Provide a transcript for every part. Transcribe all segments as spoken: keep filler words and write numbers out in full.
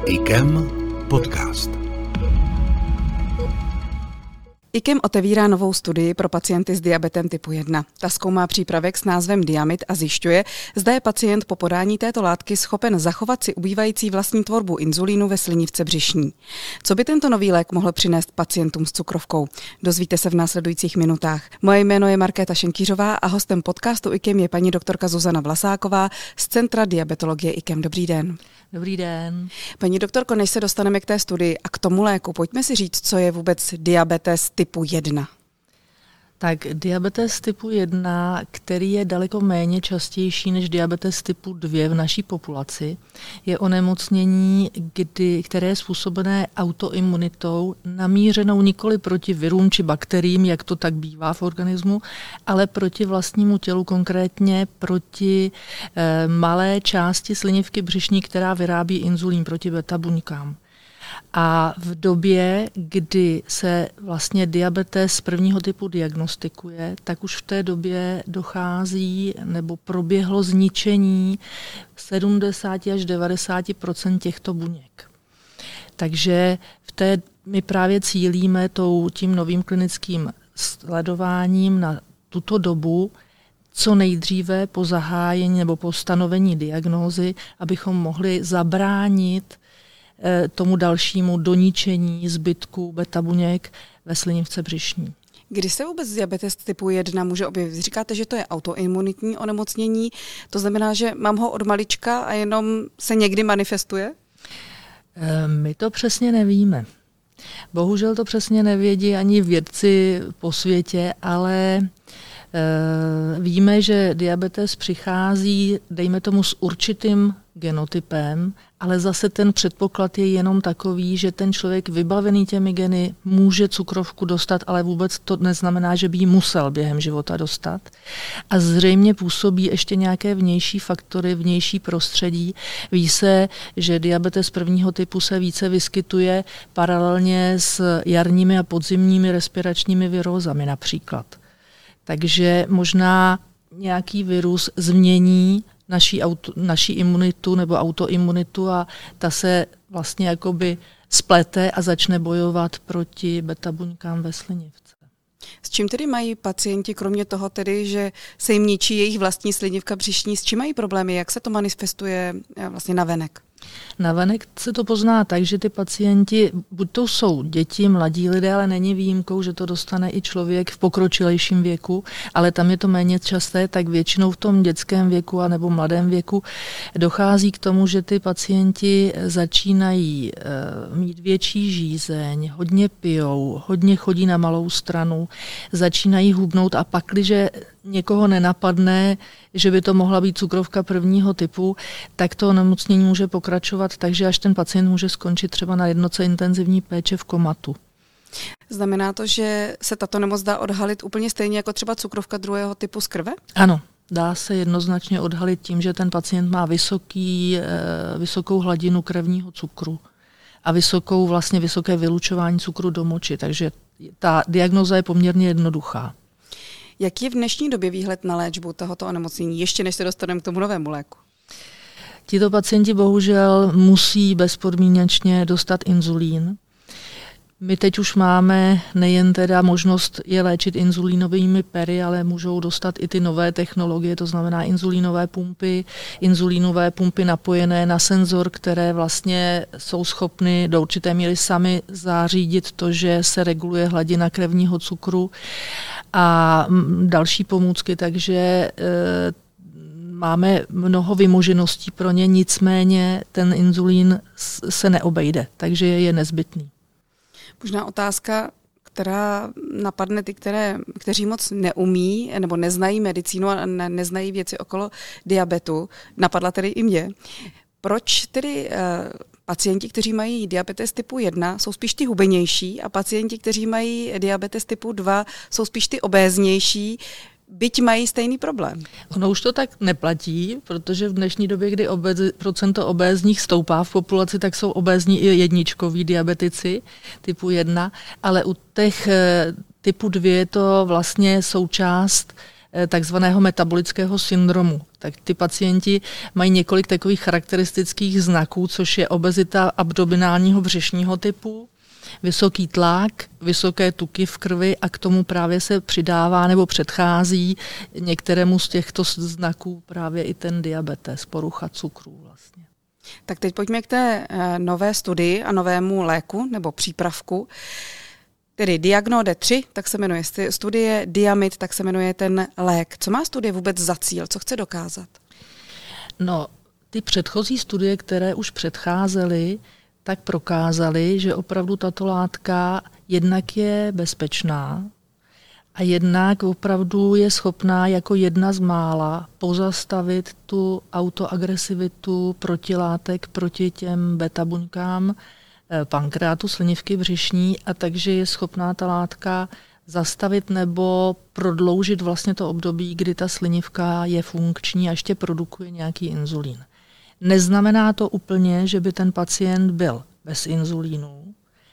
I K E M podcast. I K E M otevírá novou studii pro pacienty s diabetem typu jedna. Ta zkoumá přípravek s názvem Diamyd a zjišťuje, zda je pacient po podání této látky schopen zachovat si ubývající vlastní tvorbu inzulínu ve slinivce břišní. Co by tento nový lék mohl přinést pacientům s cukrovkou? Dozvíte se v následujících minutách. Moje jméno je Markéta Šenkýřová a hostem podcastu I K E M je paní doktorka Zuzana Vlasáková z Centra diabetologie I K E M. Dobrý den. Dobrý den. Paní doktorko, než se dostaneme k té studii a k tomu léku, pojďme si říct, co je vůbec diabetes typu jedna. Tak diabetes typu jedna, který je daleko méně častější než diabetes typu dva v naší populaci, je onemocnění, kdy, které je způsobené autoimunitou, namířenou nikoli proti virům či bakteriím, jak to tak bývá v organismu, ale proti vlastnímu tělu, konkrétně proti eh, malé části slinivky břišní, která vyrábí inzulín, proti beta buňkám. A v době, kdy se vlastně diabetes prvního typu diagnostikuje, tak už v té době dochází nebo proběhlo zničení sedmdesát až devadesát procent těchto buněk. Takže v té my právě cílíme tou, tím novým klinickým sledováním na tuto dobu, co nejdříve po zahájení nebo po stanovení diagnózy, abychom mohli zabránit tomu dalšímu doničení zbytku beta buněk ve slinivce břišní. Kdy se vůbec diabetes typu jedna může objevit? Říkáte, že to je autoimunitní onemocnění, to znamená, že mám ho od malička a jenom se někdy manifestuje? My to přesně nevíme. Bohužel to přesně nevědí ani vědci po světě, ale víme, že diabetes přichází, dejme tomu, s určitým genotypem, ale zase ten předpoklad je jenom takový, že ten člověk vybavený těmi geny může cukrovku dostat, ale vůbec to neznamená, že by ji musel během života dostat. A zřejmě působí ještě nějaké vnější faktory, vnější prostředí. Ví se, že diabetes prvního typu se více vyskytuje paralelně s jarními a podzimními respiračními virózami například. Takže možná nějaký virus změní naší, auto, naší imunitu nebo autoimunitu a ta se vlastně jakoby splete a začne bojovat proti beta buňkám ve slinivce. S čím tedy mají pacienti, kromě toho tedy, že se jim ničí jejich vlastní slinivka břišní, s čím mají problémy, jak se to manifestuje vlastně navenek? Navenek se to pozná tak, že ty pacienti, buď to jsou děti, mladí lidé, ale není výjimkou, že to dostane i člověk v pokročilejším věku, ale tam je to méně časté, tak většinou v tom dětském věku a nebo mladém věku dochází k tomu, že ty pacienti začínají e, mít větší žízeň, hodně pijou, hodně chodí na malou stranu, začínají hubnout a pak, když někoho nenapadne, že by to mohla být cukrovka prvního typu, tak to onemocnění může pokračovat, takže až ten pacient může skončit třeba na jednotce intenzivní péče v komatu. Znamená to, že se tato nemoc dá odhalit úplně stejně jako třeba cukrovka druhého typu z krve? Ano, dá se jednoznačně odhalit tím, že ten pacient má vysoký, vysokou hladinu krevního cukru a vysokou, vlastně vysoké vylučování cukru do moči, takže ta diagnóza je poměrně jednoduchá. Jaký je v dnešní době výhled na léčbu tohoto onemocnění, ještě než se dostaneme k tomu novému léku? Tito pacienti bohužel musí bezpodmínečně dostat inzulín. My teď už máme nejen teda možnost je léčit inzulínovými pery, ale můžou dostat i ty nové technologie, to znamená inzulínové pumpy, inzulínové pumpy napojené na senzor, které vlastně jsou schopny do určité míry sami zařídit to, že se reguluje hladina krevního cukru a další pomůcky, takže e, máme mnoho vymožeností pro ně, nicméně ten inzulín se neobejde, takže je nezbytný. Možná otázka, která napadne ty, které, kteří moc neumí nebo neznají medicínu a ne, neznají věci okolo diabetu, napadla tedy i mě. Proč tedy uh, pacienti, kteří mají diabetes typu jedna, jsou spíš ty hubenější a pacienti, kteří mají diabetes typu dva, jsou spíš ty obéznější, byť mají stejný problém? Ono už to tak neplatí, protože v dnešní době, kdy obez, procento obézních stoupá v populaci, tak jsou obézní i jedničkoví diabetici typu jedna, ale u těch typu dva je to vlastně součást takzvaného metabolického syndromu. Tak ty pacienti mají několik takových charakteristických znaků, což je obezita abdominálního břišního typu, vysoký tlak, vysoké tuky v krvi a k tomu právě se přidává nebo předchází některému z těchto znaků právě i ten diabetes, porucha cukru vlastně. Tak teď pojďme k té nové studii a novému léku nebo přípravku. Tedy Diagno D tři, tak se jmenuje studie, Diamyd, tak se jmenuje ten lék. Co má studie vůbec za cíl? Co chce dokázat? No, ty předchozí studie, které už předcházely, tak prokázaly, že opravdu tato látka jednak je bezpečná a jednak opravdu je schopná jako jedna z mála pozastavit tu autoagresivitu protilátek proti těm beta buňkám pankreatu, slinivky břišní, a takže je schopná ta látka zastavit nebo prodloužit vlastně to období, kdy ta slinivka je funkční a ještě produkuje nějaký inzulín. Neznamená to úplně, že by ten pacient byl bez inzulínu,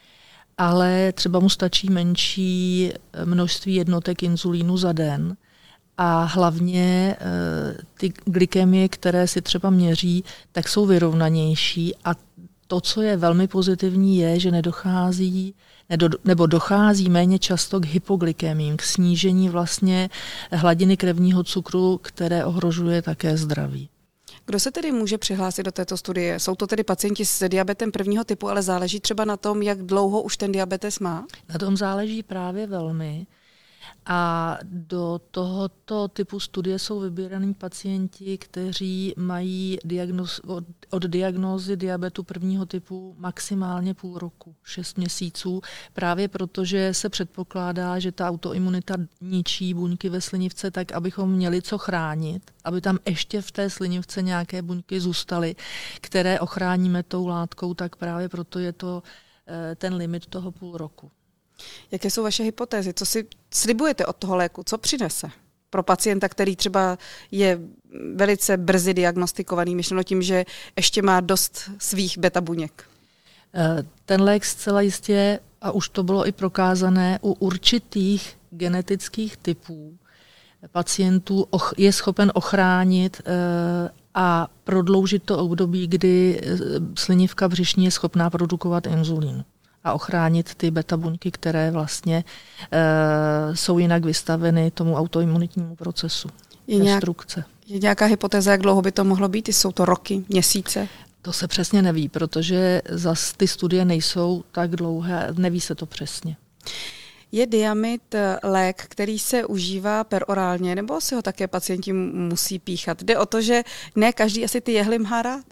ale třeba mu stačí menší množství jednotek inzulínu za den a hlavně ty glykemie, které si třeba měří, tak jsou vyrovnanější a to, co je velmi pozitivní, je, že nedochází nebo dochází méně často k hypoglykemím, k snížení vlastně hladiny krevního cukru, které ohrožuje také zdraví. Kdo se tedy může přihlásit do této studie? Jsou to tedy pacienti s diabetem prvního typu, ale záleží třeba na tom, jak dlouho už ten diabetes má? Na tom záleží právě velmi. A do tohoto typu studie jsou vybíraní pacienti, kteří mají diagnoz, od, od diagnózy diabetu prvního typu maximálně půl roku, šest měsíců, právě protože se předpokládá, že ta autoimunita ničí buňky ve slinivce tak, abychom měli co chránit, aby tam ještě v té slinivce nějaké buňky zůstaly, které ochráníme tou látkou, tak právě proto je to ten limit toho půl roku. Jaké jsou vaše hypotézy? Co si slibujete od toho léku? Co přinese pro pacienta, který třeba je velice brzy diagnostikovaný, myšleno tím, že ještě má dost svých beta buněk? Ten lék zcela jistě, a už to bylo i prokázané, u určitých genetických typů pacientů je schopen ochránit a prodloužit to období, kdy slinivka břišní je schopná produkovat inzulín a ochránit ty beta buňky, které vlastně e, jsou jinak vystaveny tomu autoimunitnímu procesu. Je, nějak, je nějaká hypotéza, jak dlouho by to mohlo být? Jsou to roky, měsíce? To se přesně neví, protože zas ty studie nejsou tak dlouhé, neví se to přesně. Je Diamyd lék, který se užívá perorálně, nebo si ho také pacienti musí píchat? Jde o to, že ne každý asi ty jehly má rád?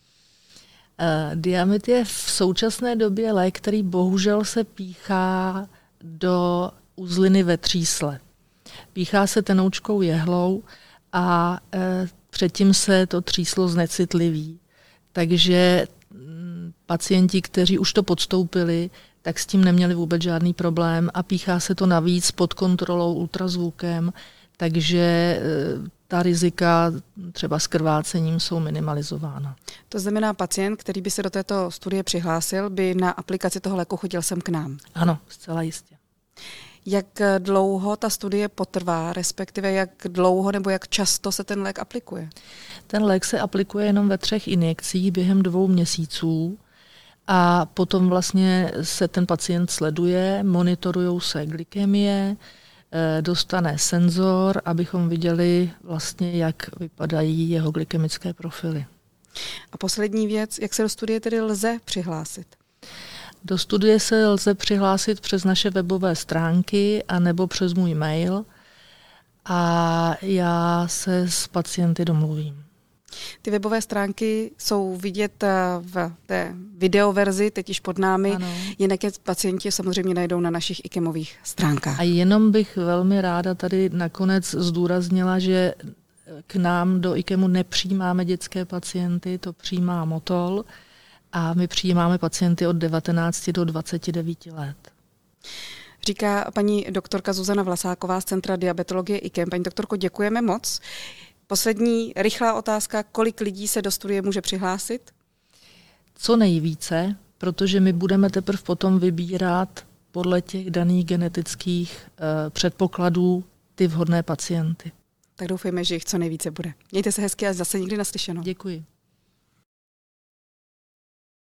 Uh, Diamyd je v současné době lék, který bohužel se píchá do uzliny ve třísle. Píchá se tenoučkou jehlou a uh, předtím se to tříslo znecitliví. Takže um, pacienti, kteří už to podstoupili, tak s tím neměli vůbec žádný problém a píchá se to navíc pod kontrolou ultrazvukem, takže uh, ta rizika třeba s krvácením jsou minimalizována. To znamená, pacient, který by se do této studie přihlásil, by na aplikaci toho léku chodil sem k nám? Ano, zcela jistě. Jak dlouho ta studie potrvá, respektive jak dlouho nebo jak často se ten lék aplikuje? Ten lék se aplikuje jenom ve třech injekcích během dvou měsíců a potom vlastně se ten pacient sleduje, monitorujou se glykemie, dostane senzor, abychom viděli vlastně, jak vypadají jeho glykemické profily. A poslední věc, jak se do studie tedy lze přihlásit? Do studie se lze přihlásit přes naše webové stránky anebo přes můj mail a já se s pacienty domluvím. Ty webové stránky jsou vidět v té videoverzi, teď již pod námi, ano. Jinak je pacienti samozřejmě najdou na našich IKEMových stránkách. A jenom bych velmi ráda tady nakonec zdůraznila, že k nám do IKEMu nepřijímáme dětské pacienty, to přijímá Motol a my přijímáme pacienty od devatenácti do dvaceti devíti let. Říká paní doktorka Zuzana Vlasáková z Centra diabetologie IKEM. Paní doktorko, děkujeme moc. Poslední rychlá otázka, kolik lidí se do studie může přihlásit? Co nejvíce, protože my budeme teprve potom vybírat podle těch daných genetických uh, předpokladů ty vhodné pacienty. tak doufejme, že jich co nejvíce bude. Mějte se hezky a zase někdy naslyšenou. Děkuji.